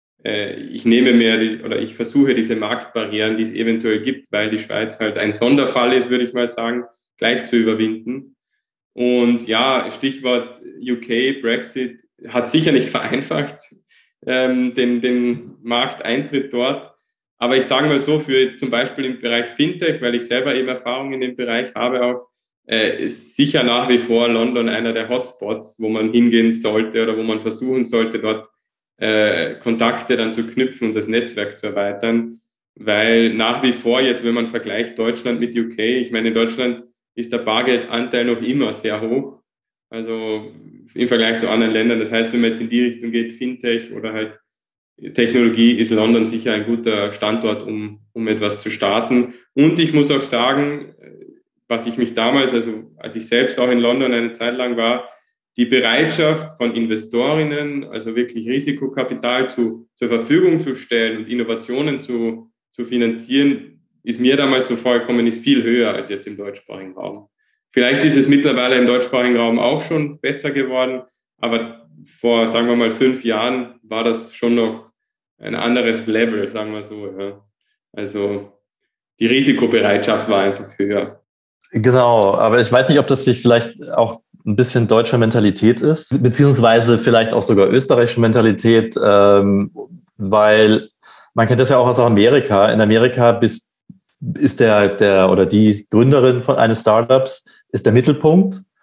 ich nehme mir die, oder ich versuche diese Marktbarrieren, die es eventuell gibt, weil die Schweiz halt ein Sonderfall ist, würde ich mal sagen, gleich zu überwinden. Und ja, Stichwort U K, Brexit hat sicher nicht vereinfacht ähm, den, den Markteintritt dort. Aber ich sage mal so, für jetzt zum Beispiel im Bereich Fintech, weil ich selber eben Erfahrung in dem Bereich habe auch, äh, ist sicher nach wie vor London einer der Hotspots, wo man hingehen sollte oder wo man versuchen sollte, dort Äh, Kontakte dann zu knüpfen und das Netzwerk zu erweitern, weil nach wie vor jetzt, wenn man vergleicht Deutschland mit U K, ich meine, in Deutschland ist der Bargeldanteil noch immer sehr hoch, also im Vergleich zu anderen Ländern. Das heißt, wenn man jetzt in die Richtung geht, Fintech oder halt Technologie, ist London sicher ein guter Standort, um, um etwas zu starten. Und ich muss auch sagen, was ich mich damals, also als ich selbst auch in London eine Zeit lang war, die Bereitschaft von Investorinnen, also wirklich Risikokapital zu, zur Verfügung zu stellen und Innovationen zu, zu finanzieren, ist mir damals so vorgekommen, ist viel höher als jetzt im deutschsprachigen Raum. Vielleicht ist es mittlerweile im deutschsprachigen Raum auch schon besser geworden, aber vor, sagen wir mal, fünf Jahren war das schon noch ein anderes Level, sagen wir so. Ja. Also die Risikobereitschaft war einfach höher. Genau, aber ich weiß nicht, ob das sich vielleicht auch ein bisschen deutscher Mentalität ist, beziehungsweise vielleicht auch sogar österreichische Mentalität, ähm, weil man kennt das ja auch aus Amerika. In Amerika bist, ist der, der oder die Gründerin von eines Startups ist der Mittelpunkt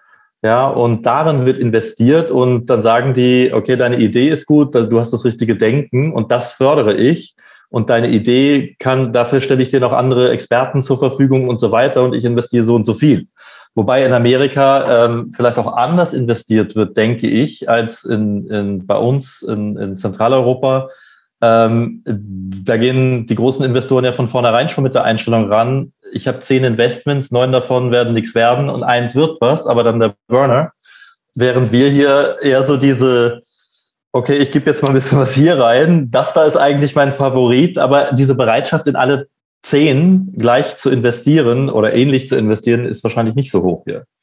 Ja, und darin wird investiert und dann sagen die, okay, deine Idee ist gut, du hast das richtige Denken und das fördere ich. Und deine Idee kann, dafür stelle ich dir noch andere Experten zur Verfügung und so weiter und ich investiere so und so viel. Wobei in Amerika ähm, vielleicht auch anders investiert wird, denke ich, als in, in, bei uns in, in Zentraleuropa. Ähm, da gehen die großen Investoren ja von vornherein schon mit der Einstellung ran. Ich habe zehn Investments, neun davon werden nichts werden und eins wird was, aber dann der Burner. Während wir hier eher so diese, okay, ich gebe jetzt mal ein bisschen was hier rein. Das da ist eigentlich mein Favorit, aber diese Bereitschaft in alle zehn gleich zu investieren oder ähnlich zu investieren, ist wahrscheinlich nicht so hoch hier.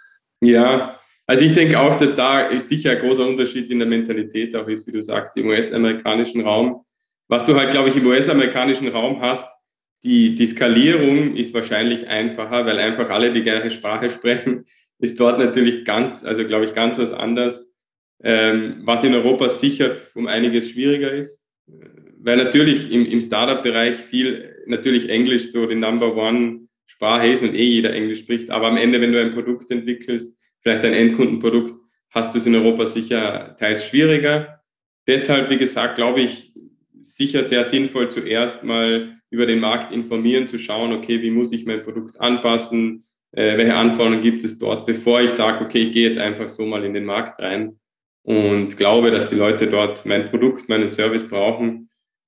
Ja, also ich denke auch, dass da ist sicher ein großer Unterschied in der Mentalität auch ist, wie du sagst, im U S-amerikanischen Raum. Was du halt, glaube ich, im U S-amerikanischen Raum hast, die, die Skalierung ist wahrscheinlich einfacher, weil einfach alle die gleiche Sprache sprechen, ist dort natürlich ganz, also glaube ich, ganz was anderes, ähm, was in Europa sicher um einiges schwieriger ist. Weil natürlich im, im Startup-Bereich viel, natürlich Englisch so die Number One Sprache ist und eh jeder Englisch spricht. Aber am Ende, wenn du ein Produkt entwickelst, vielleicht ein Endkundenprodukt, hast du es in Europa sicher teils schwieriger. Deshalb, wie gesagt, glaube ich, sicher sehr sinnvoll, zuerst mal über den Markt informieren, zu schauen, okay, wie muss ich mein Produkt anpassen, äh, welche Anforderungen gibt es dort, bevor ich sage, okay, ich gehe jetzt einfach so mal in den Markt rein und glaube, dass die Leute dort mein Produkt, meinen Service brauchen.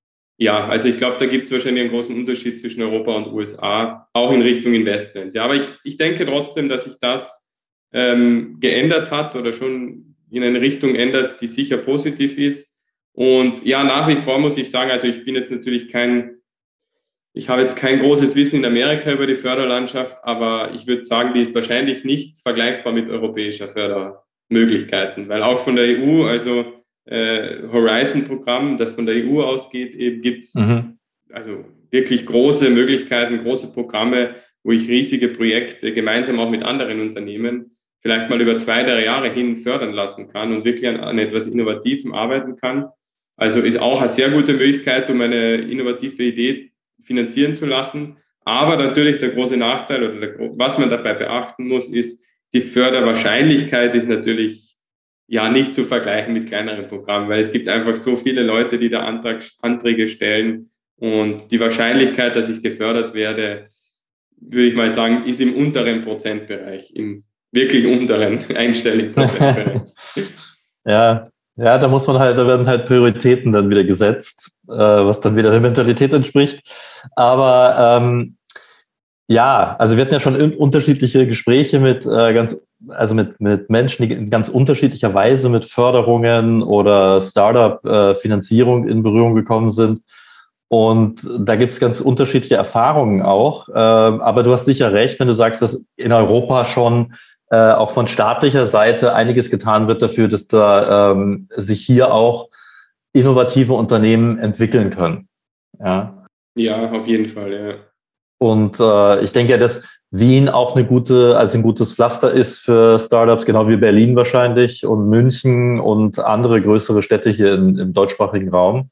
Ja, also ich glaube, da gibt es wahrscheinlich einen großen Unterschied zwischen Europa und U S A, auch in Richtung Investments. Ja, aber ich, ich denke trotzdem, dass sich das ähm, geändert hat oder schon in eine Richtung ändert, die sicher positiv ist. Und ja, nach wie vor muss ich sagen, also ich bin jetzt natürlich kein, ich habe jetzt kein großes Wissen in Amerika über die Förderlandschaft, aber ich würde sagen, die ist wahrscheinlich nicht vergleichbar mit europäischer Fördermöglichkeiten, weil auch von der E U, also Äh, Horizon-Programm, das von der E U ausgeht, eben gibt es mhm. also wirklich große Möglichkeiten, große Programme, wo ich riesige Projekte gemeinsam auch mit anderen Unternehmen vielleicht mal über zwei, drei Jahre hin fördern lassen kann und wirklich an, an etwas Innovativem arbeiten kann. Also ist auch eine sehr gute Möglichkeit, um eine innovative Idee finanzieren zu lassen. Aber natürlich der große Nachteil oder der, was man dabei beachten muss, ist, die Förderwahrscheinlichkeit ist natürlich ja nicht zu vergleichen mit kleineren Programmen, weil es gibt einfach so viele Leute, die da Antrag, Anträge stellen und die Wahrscheinlichkeit, dass ich gefördert werde, würde ich mal sagen, ist im unteren Prozentbereich, im wirklich unteren einstelligen Prozentbereich. ja, ja, da muss man halt, da werden halt Prioritäten dann wieder gesetzt, äh, was dann wieder der Mentalität entspricht. Aber ähm, ja, also wir hatten ja schon unterschiedliche Gespräche mit äh, ganz, also mit mit Menschen, die in ganz unterschiedlicher Weise mit Förderungen oder Startup-Finanzierung äh, in Berührung gekommen sind. Und da gibt es ganz unterschiedliche Erfahrungen auch. Äh, aber du hast sicher recht, wenn du sagst, dass in Europa schon äh, auch von staatlicher Seite einiges getan wird dafür, dass da ähm, sich hier auch innovative Unternehmen entwickeln können. Ja, ja, auf jeden Fall, ja. Und äh, ich denke ja, dass Wien auch eine gute, also ein gutes Pflaster ist für Startups, genau wie Berlin wahrscheinlich und München und andere größere Städte hier in, im deutschsprachigen Raum.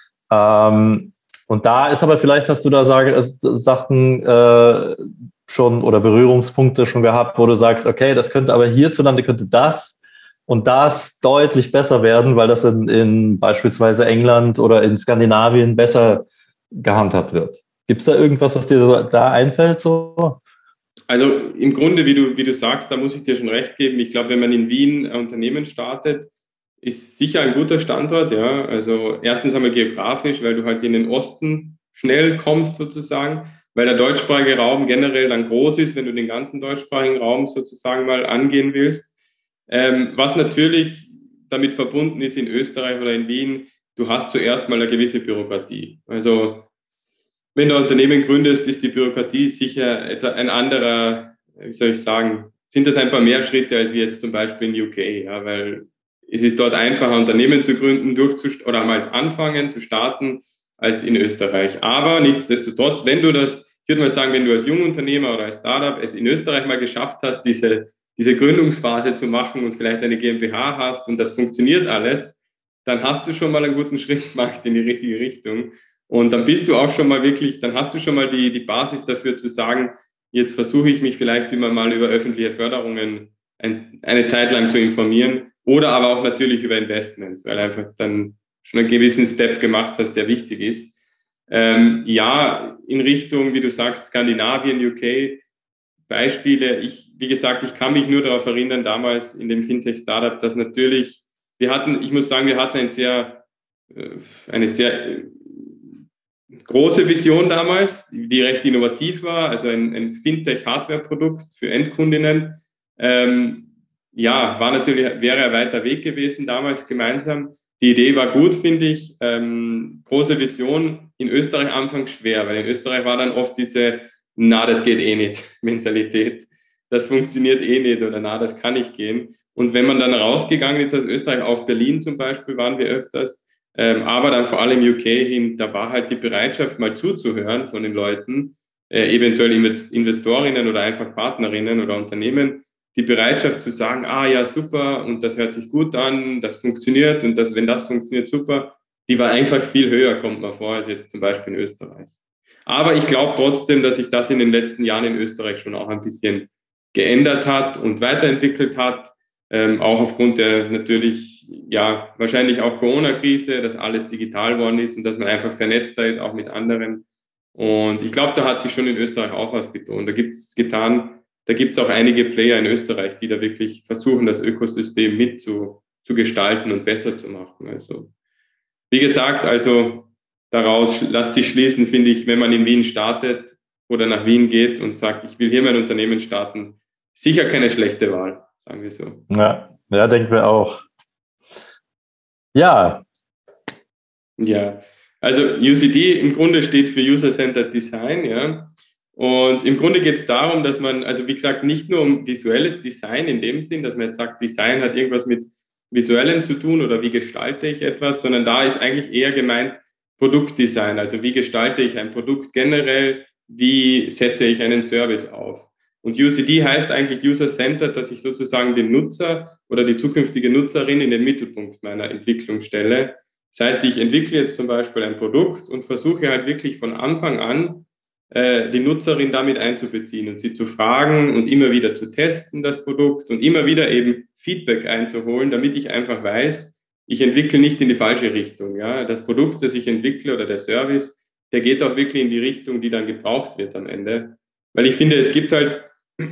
Ähm, und da ist aber vielleicht, hast du da sage, Sachen äh, schon oder Berührungspunkte schon gehabt, wo du sagst, okay, das könnte aber hierzulande könnte das und das deutlich besser werden, weil das in, in beispielsweise England oder in Skandinavien besser gehandhabt wird. Gibt es da irgendwas, was dir so da einfällt? So? Also im Grunde, wie du, wie du sagst, da muss ich dir schon recht geben. Ich glaube, wenn man in Wien ein Unternehmen startet, ist sicher ein guter Standort. Ja. Also erstens einmal geografisch, weil du halt in den Osten schnell kommst sozusagen, weil der deutschsprachige Raum generell dann groß ist, wenn du den ganzen deutschsprachigen Raum sozusagen mal angehen willst. Ähm, was natürlich damit verbunden ist in Österreich oder in Wien, du hast zuerst mal eine gewisse Bürokratie. Also wenn du ein Unternehmen gründest, ist die Bürokratie sicher ein anderer, wie soll ich sagen, sind das ein paar mehr Schritte als wie jetzt zum Beispiel in U K, ja, weil es ist dort einfacher, Unternehmen zu gründen, durchzust- oder mal anfangen, zu starten, als in Österreich. Aber nichtsdestotrotz, wenn du das, ich würde mal sagen, wenn du als Jungunternehmer oder als Startup es in Österreich mal geschafft hast, diese, diese Gründungsphase zu machen und vielleicht eine GmbH hast und das funktioniert alles, dann hast du schon mal einen guten Schritt gemacht in die richtige Richtung. Und dann bist du auch schon mal wirklich, dann hast du schon mal die, die Basis dafür zu sagen, jetzt versuche ich mich vielleicht immer mal über öffentliche Förderungen ein, eine Zeit lang zu informieren oder aber auch natürlich über Investments, weil einfach dann schon einen gewissen Step gemacht hast, der wichtig ist. Ähm, ja, in Richtung, wie du sagst, Skandinavien, U K, Beispiele. Ich, wie gesagt, ich kann mich nur darauf erinnern, damals in dem Fintech-Startup, dass natürlich, wir hatten, ich muss sagen, wir hatten ein sehr, eine sehr große Vision damals, die recht innovativ war, also ein, ein Fintech-Hardware-Produkt für Endkundinnen. Ähm, ja, war natürlich, wäre ein weiter Weg gewesen damals gemeinsam. Die Idee war gut, finde ich. Ähm, große Vision, in Österreich anfangs schwer, weil in Österreich war dann oft diese, na, das geht eh nicht, Mentalität. Das funktioniert eh nicht oder na, das kann nicht gehen. Und wenn man dann rausgegangen ist aus Österreich, auch Berlin zum Beispiel, waren wir öfters, ähm, aber dann vor allem U K hin, da war halt die Bereitschaft, mal zuzuhören von den Leuten, äh, eventuell Investorinnen oder einfach Partnerinnen oder Unternehmen, die Bereitschaft zu sagen, ah ja, super, und das hört sich gut an, das funktioniert und das, wenn das funktioniert, super, die war einfach viel höher, kommt man vor, als jetzt zum Beispiel in Österreich. Aber ich glaube trotzdem, dass sich das in den letzten Jahren in Österreich schon auch ein bisschen geändert hat und weiterentwickelt hat, ähm, auch aufgrund der natürlich, ja, wahrscheinlich auch Corona-Krise, dass alles digital worden ist und dass man einfach vernetzter ist, auch mit anderen. Und ich glaube, da hat sich schon in Österreich auch was getan. Da gibt's getan, da gibt es auch einige Player in Österreich, die da wirklich versuchen, das Ökosystem mit zu, zu gestalten und besser zu machen. Also, wie gesagt, also daraus lässt sich schließen, finde ich, wenn man in Wien startet oder nach Wien geht und sagt, ich will hier mein Unternehmen starten, sicher keine schlechte Wahl, sagen wir so. Ja, ja, denken wir auch. Ja. Ja, also U C D im Grunde steht für User-Centered Design, ja. Und im Grunde geht es darum, dass man, also wie gesagt, nicht nur um visuelles Design in dem Sinn, dass man jetzt sagt, Design hat irgendwas mit Visuellem zu tun oder wie gestalte ich etwas, sondern da ist eigentlich eher gemeint Produktdesign, also wie gestalte ich ein Produkt generell, wie setze ich einen Service auf. Und U C D heißt eigentlich User-Centered, dass ich sozusagen den Nutzer oder die zukünftige Nutzerin in den Mittelpunkt meiner Entwicklung stelle. Das heißt, ich entwickle jetzt zum Beispiel ein Produkt und versuche halt wirklich von Anfang an, die Nutzerin damit einzubeziehen und sie zu fragen und immer wieder zu testen, das Produkt, und immer wieder eben Feedback einzuholen, damit ich einfach weiß, ich entwickle nicht in die falsche Richtung. Ja? Das Produkt, das ich entwickle oder der Service, der geht auch wirklich in die Richtung, die dann gebraucht wird am Ende. Weil ich finde, es gibt halt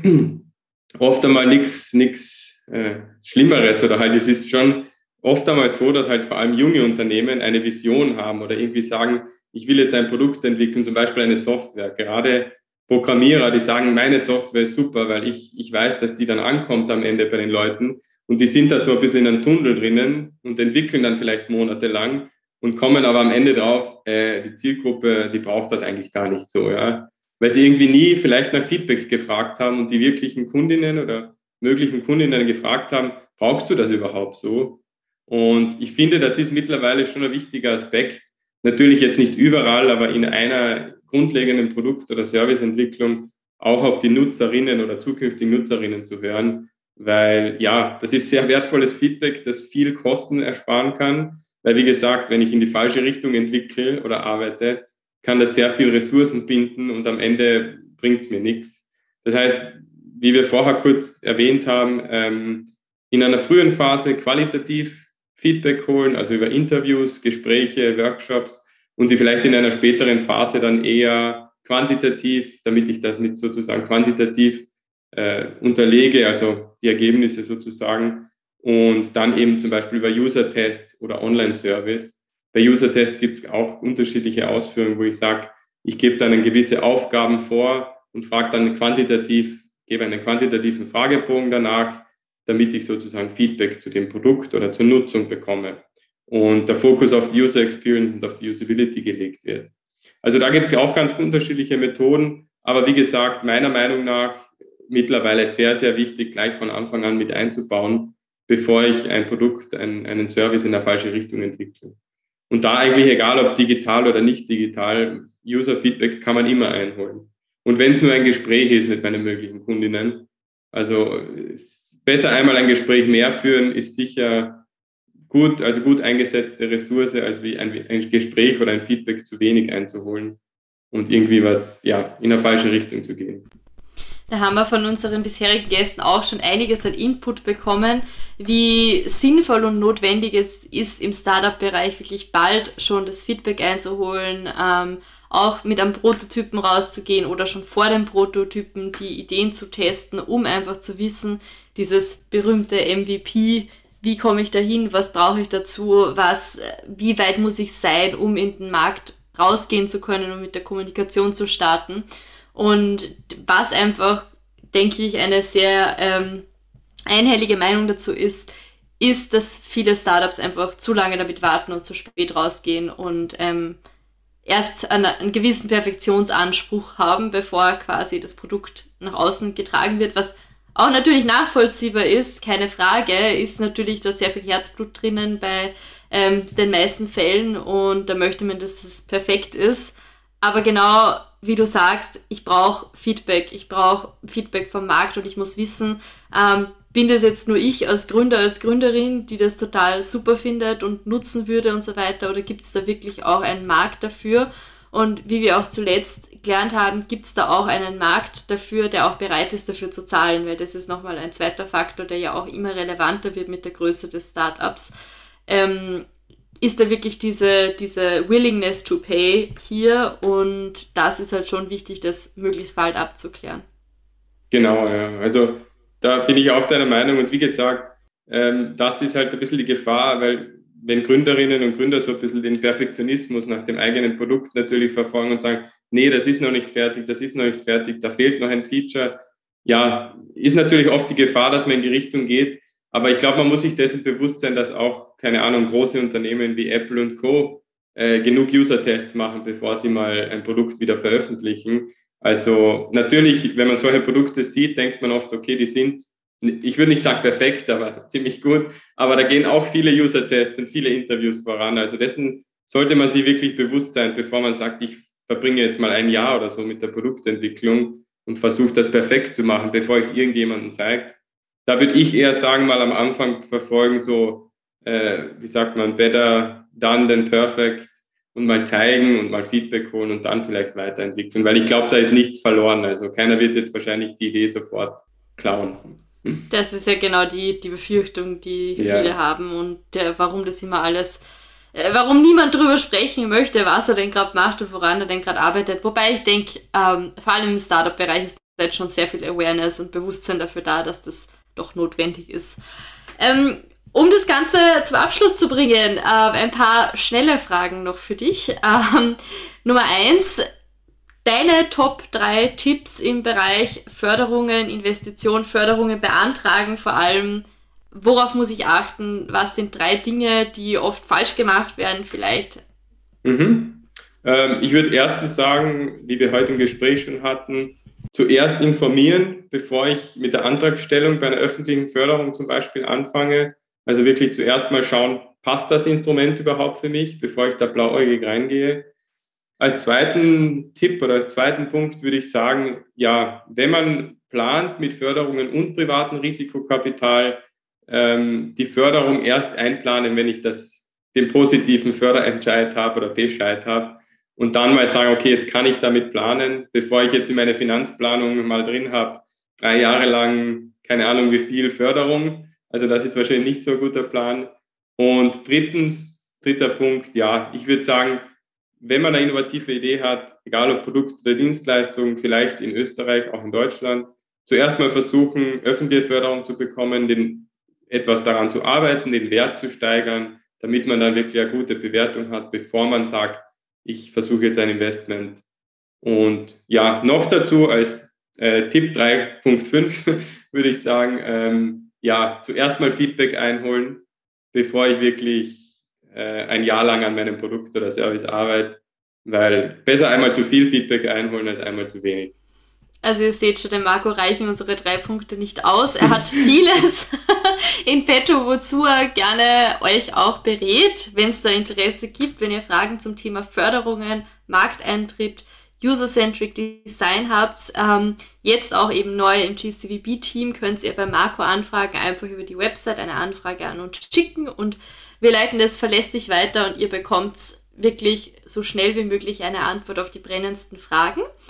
oft einmal nichts nichts äh, Schlimmeres oder halt es ist schon oft einmal so, dass halt vor allem junge Unternehmen eine Vision haben oder irgendwie sagen, ich will jetzt ein Produkt entwickeln, zum Beispiel eine Software. Gerade Programmierer, die sagen, meine Software ist super, weil ich, ich weiß, dass die dann ankommt am Ende bei den Leuten. Und die sind da so ein bisschen in einem Tunnel drinnen und entwickeln dann vielleicht monatelang und kommen aber am Ende drauf, äh, die Zielgruppe, die braucht das eigentlich gar nicht so, ja. Weil sie irgendwie nie vielleicht nach Feedback gefragt haben und die wirklichen Kundinnen oder möglichen Kundinnen gefragt haben, brauchst du das überhaupt so? Und ich finde, das ist mittlerweile schon ein wichtiger Aspekt. Natürlich jetzt nicht überall, aber in einer grundlegenden Produkt- oder Serviceentwicklung auch auf die Nutzerinnen oder zukünftigen Nutzerinnen zu hören, weil ja, das ist sehr wertvolles Feedback, das viel Kosten ersparen kann, weil wie gesagt, wenn ich in die falsche Richtung entwickle oder arbeite, kann das sehr viel Ressourcen binden und am Ende bringt es mir nichts. Das heißt, wie wir vorher kurz erwähnt haben, ähm, in einer frühen Phase qualitativ Feedback holen, also über Interviews, Gespräche, Workshops, und sie vielleicht in einer späteren Phase dann eher quantitativ, damit ich das mit sozusagen quantitativ äh, unterlege, also die Ergebnisse sozusagen, und dann eben zum Beispiel über User-Tests oder Online-Service. Bei User-Tests gibt es auch unterschiedliche Ausführungen, wo ich sage, ich gebe dann gewisse Aufgaben vor und frage dann quantitativ, gebe einen quantitativen Fragebogen danach, damit ich sozusagen Feedback zu dem Produkt oder zur Nutzung bekomme und der Fokus auf die User Experience und auf die Usability gelegt wird. Also da gibt es auch ganz unterschiedliche Methoden, aber wie gesagt, meiner Meinung nach mittlerweile sehr, sehr wichtig, gleich von Anfang an mit einzubauen, bevor ich ein Produkt, ein, einen Service in eine falsche Richtung entwickle. Und da eigentlich egal, ob digital oder nicht digital, User-Feedback kann man immer einholen. Und wenn es nur ein Gespräch ist mit meinen möglichen Kundinnen, also besser einmal ein Gespräch mehr führen, ist sicher gut, also gut eingesetzte Ressource, als wie ein, ein Gespräch oder ein Feedback zu wenig einzuholen und irgendwie was, ja, in eine falsche Richtung zu gehen. Da haben wir von unseren bisherigen Gästen auch schon einiges an Input bekommen, wie sinnvoll und notwendig es ist, im Startup-Bereich wirklich bald schon das Feedback einzuholen, ähm, auch mit einem Prototypen rauszugehen oder schon vor dem Prototypen die Ideen zu testen, um einfach zu wissen, dieses berühmte M V P, wie komme ich dahin, was brauche ich dazu, was, wie weit muss ich sein, um in den Markt rausgehen zu können und mit der Kommunikation zu starten. Und was einfach, denke ich, eine sehr ähm, einhellige Meinung dazu ist, ist, dass viele Startups einfach zu lange damit warten und zu spät rausgehen und ähm, erst einen, einen gewissen Perfektionsanspruch haben, bevor quasi das Produkt nach außen getragen wird, was auch natürlich nachvollziehbar ist, keine Frage, ist natürlich da sehr viel Herzblut drinnen bei ähm, den meisten Fällen und da möchte man, dass es perfekt ist. Aber genau wie du sagst, ich brauche Feedback, ich brauche Feedback vom Markt und ich muss wissen, ähm, bin das jetzt nur ich als Gründer, als Gründerin, die das total super findet und nutzen würde und so weiter, oder gibt es da wirklich auch einen Markt dafür? Und wie wir auch zuletzt gelernt haben, gibt es da auch einen Markt dafür, der auch bereit ist, dafür zu zahlen, weil das ist nochmal ein zweiter Faktor, der ja auch immer relevanter wird mit der Größe des Startups. Ähm, ist da wirklich diese, diese Willingness to pay hier, und das ist halt schon wichtig, das möglichst bald abzuklären. Genau, ja. Also da bin ich auch deiner Meinung, und wie gesagt, ähm, das ist halt ein bisschen die Gefahr, weil wenn Gründerinnen und Gründer so ein bisschen den Perfektionismus nach dem eigenen Produkt natürlich verfolgen und sagen, nee, das ist noch nicht fertig, das ist noch nicht fertig, da fehlt noch ein Feature, ja, ist natürlich oft die Gefahr, dass man in die Richtung geht. Aber ich glaube, man muss sich dessen bewusst sein, dass auch, keine Ahnung, große Unternehmen wie Apple und Co. Äh, genug User-Tests machen, bevor sie mal ein Produkt wieder veröffentlichen. Also natürlich, wenn man solche Produkte sieht, denkt man oft, okay, die sind, ich würde nicht sagen perfekt, aber ziemlich gut. Aber da gehen auch viele User-Tests und viele Interviews voran. Also dessen sollte man sich wirklich bewusst sein, bevor man sagt, ich verbringe jetzt mal ein Jahr oder so mit der Produktentwicklung und versuche das perfekt zu machen, bevor ich es irgendjemandem zeige. Da würde ich eher sagen, mal am Anfang verfolgen, so, äh, wie sagt man, better done than perfect, und mal zeigen und mal Feedback holen und dann vielleicht weiterentwickeln, weil ich glaube, da ist nichts verloren. Also keiner wird jetzt wahrscheinlich die Idee sofort klauen. Hm? Das ist ja genau die, die Befürchtung, die ja. viele haben, und der, warum das immer alles, äh, warum niemand drüber sprechen möchte, was er denn gerade macht und woran er denn gerade arbeitet. Wobei ich denke, ähm, vor allem im Startup-Bereich ist jetzt schon sehr viel Awareness und Bewusstsein dafür da, dass das doch notwendig ist. Ähm, um das Ganze zum Abschluss zu bringen, äh, ein paar schnelle Fragen noch für dich. Ähm, Nummer eins, deine Top drei Tipps im Bereich Förderungen, Investitionen, Förderungen beantragen, vor allem, worauf muss ich achten? Was sind drei Dinge, die oft falsch gemacht werden vielleicht? Mhm. Ähm, ich würde erstens sagen, wie wir heute im Gespräch schon hatten, zuerst informieren, bevor ich mit der Antragstellung bei einer öffentlichen Förderung zum Beispiel anfange. Also wirklich zuerst mal schauen, passt das Instrument überhaupt für mich, bevor ich da blauäugig reingehe. Als zweiten Tipp oder als zweiten Punkt würde ich sagen, ja, wenn man plant mit Förderungen und privatem Risikokapital, ähm, die Förderung erst einplanen, wenn ich das, den positiven Förderentscheid habe oder Bescheid habe, und dann mal sagen, okay, jetzt kann ich damit planen, bevor ich jetzt in meine Finanzplanung mal drin habe, drei Jahre lang, keine Ahnung wie viel Förderung. Also das ist wahrscheinlich nicht so ein guter Plan. Und drittens, dritter Punkt, ja, ich würde sagen, wenn man eine innovative Idee hat, egal ob Produkt oder Dienstleistung, vielleicht in Österreich, auch in Deutschland, zuerst mal versuchen, öffentliche Förderung zu bekommen, den, etwas daran zu arbeiten, den Wert zu steigern, damit man dann wirklich eine gute Bewertung hat, bevor man sagt, ich versuche jetzt ein Investment. Und ja, noch dazu als äh, Tipp drei Punkt fünf würde ich sagen, ähm, ja, zuerst mal Feedback einholen, bevor ich wirklich äh, ein Jahr lang an meinem Produkt oder Service arbeite, weil besser einmal zu viel Feedback einholen als einmal zu wenig. Also ihr seht schon, dem Marco reichen unsere drei Punkte nicht aus. Er hat vieles in petto, wozu er gerne euch auch berät, wenn es da Interesse gibt, wenn ihr Fragen zum Thema Förderungen, Markteintritt, User-Centric Design habt. Ähm, jetzt auch eben neu im G C V B-Team könnt ihr bei Marco anfragen, einfach über die Website eine Anfrage an uns schicken, und wir leiten das verlässlich weiter und ihr bekommt wirklich so schnell wie möglich eine Antwort auf die brennendsten Fragen.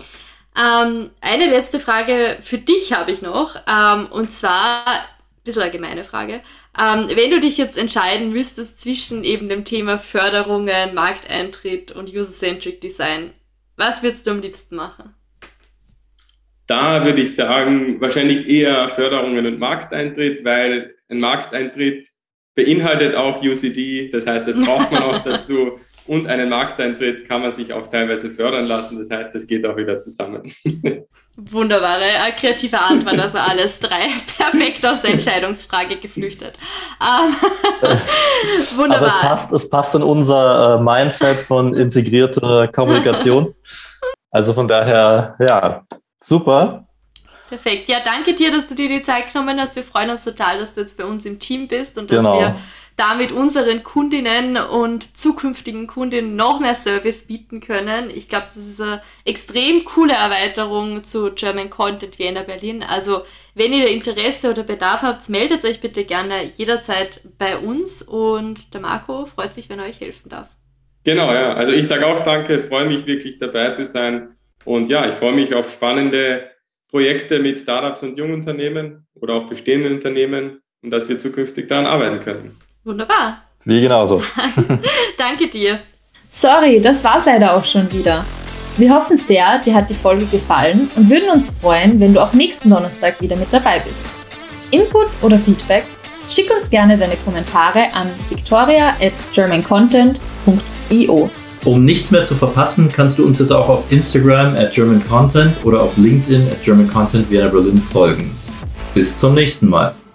Ähm, eine letzte Frage für dich habe ich noch, ähm, und zwar, ein bisschen eine gemeine Frage, ähm, wenn du dich jetzt entscheiden müsstest zwischen eben dem Thema Förderungen, Markteintritt und User-Centric Design, was würdest du am liebsten machen? Da würde ich sagen, wahrscheinlich eher Förderungen und Markteintritt, weil ein Markteintritt beinhaltet auch U C D, das heißt, das braucht man auch dazu. Und einen Markteintritt kann man sich auch teilweise fördern lassen. Das heißt, das geht auch wieder zusammen. Wunderbare, äh, kreative Antwort, also alles drei perfekt aus der Entscheidungsfrage geflüchtet. Ähm, wunderbar. Aber es passt, es passt in unser äh, Mindset von integrierter Kommunikation. Also von daher, ja, super. Perfekt. Ja, danke dir, dass du dir die Zeit genommen hast. Wir freuen uns total, dass du jetzt bei uns im Team bist und dass genau. wir damit unseren Kundinnen und zukünftigen Kundinnen noch mehr Service bieten können. Ich glaube, das ist eine extrem coole Erweiterung zu German Content Vienna Berlin. Also wenn ihr Interesse oder Bedarf habt, meldet euch bitte gerne jederzeit bei uns und der Marco freut sich, wenn er euch helfen darf. Genau, ja. Also ich sage auch danke, freue mich wirklich dabei zu sein und ja, ich freue mich auf spannende Projekte mit Startups und Jungunternehmen oder auch bestehenden Unternehmen und dass wir zukünftig daran arbeiten können. Wunderbar. Wie genauso. Danke dir. Sorry, das war's leider auch schon wieder. Wir hoffen sehr, dir hat die Folge gefallen und würden uns freuen, wenn du auch nächsten Donnerstag wieder mit dabei bist. Input oder Feedback? Schick uns gerne deine Kommentare an victoria at german content punkt io. Um nichts mehr zu verpassen, kannst du uns jetzt auch auf Instagram at german content oder auf LinkedIn at german content Vienna Berlin folgen. Bis zum nächsten Mal.